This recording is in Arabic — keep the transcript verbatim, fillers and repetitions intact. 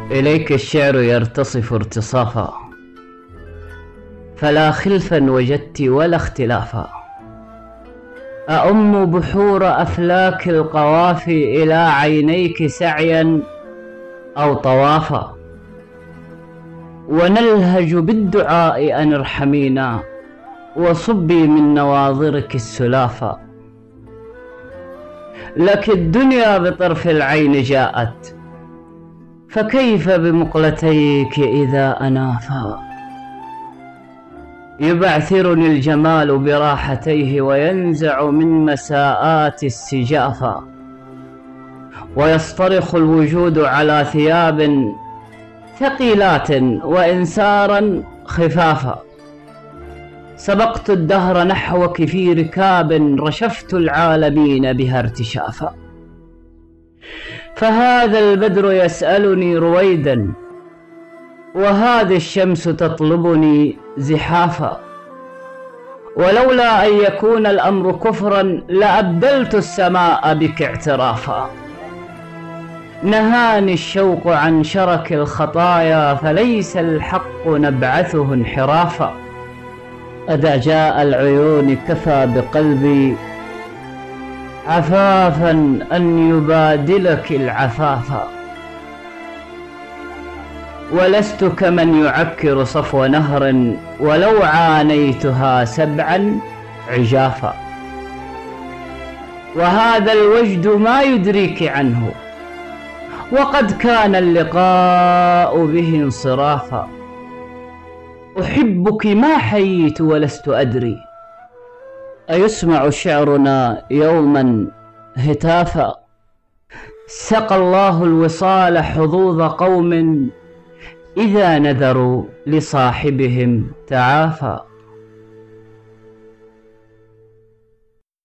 إليك الشعر يرتصف ارتصافا، فلا خلفا وجدت ولا اختلافا. أؤم بحور أفلاك القوافي إلى عينيك سعيا أو طوافا، ونلهج بالدعاء أن ارحمينا وصبي من نواظرك السلافا. لك الدنيا بطرف العين جاءت، فكيف بمقلتيك إذا أنافا. يبعثرني الجمال براحتيه وينزع من مساءات السجافا، ويصطرخ الوجود على ثياب ثقيلات وإنسارا خفافا. سبقت الدهر نحوك في ركاب رشفت العالمين بها ارتشافا. فهذا البدر يسألني رويدا، وهذه الشمس تطلبني زحافا. ولولا أن يكون الأمر كفرا لأبدلت السماء بك اعترافا. نهاني الشوق عن شرك الخطايا، فليس الحق نبعثه انحرافا. أدعجاء العيون كفى بقلبي عفافا أن يبادلك العفافا. ولست كمن يعكر صفو نهر، ولو عانيتها سبعا عجافا. وهذا الوجد ما يدريك عنه، وقد كان اللقاء به انصرافا. أحبك ما حييت ولست أدري، أيسمع شعرنا يوما هتافا. سقى الله الوصال حظوظ قوم إذا نذروا لصاحبهم تعافى.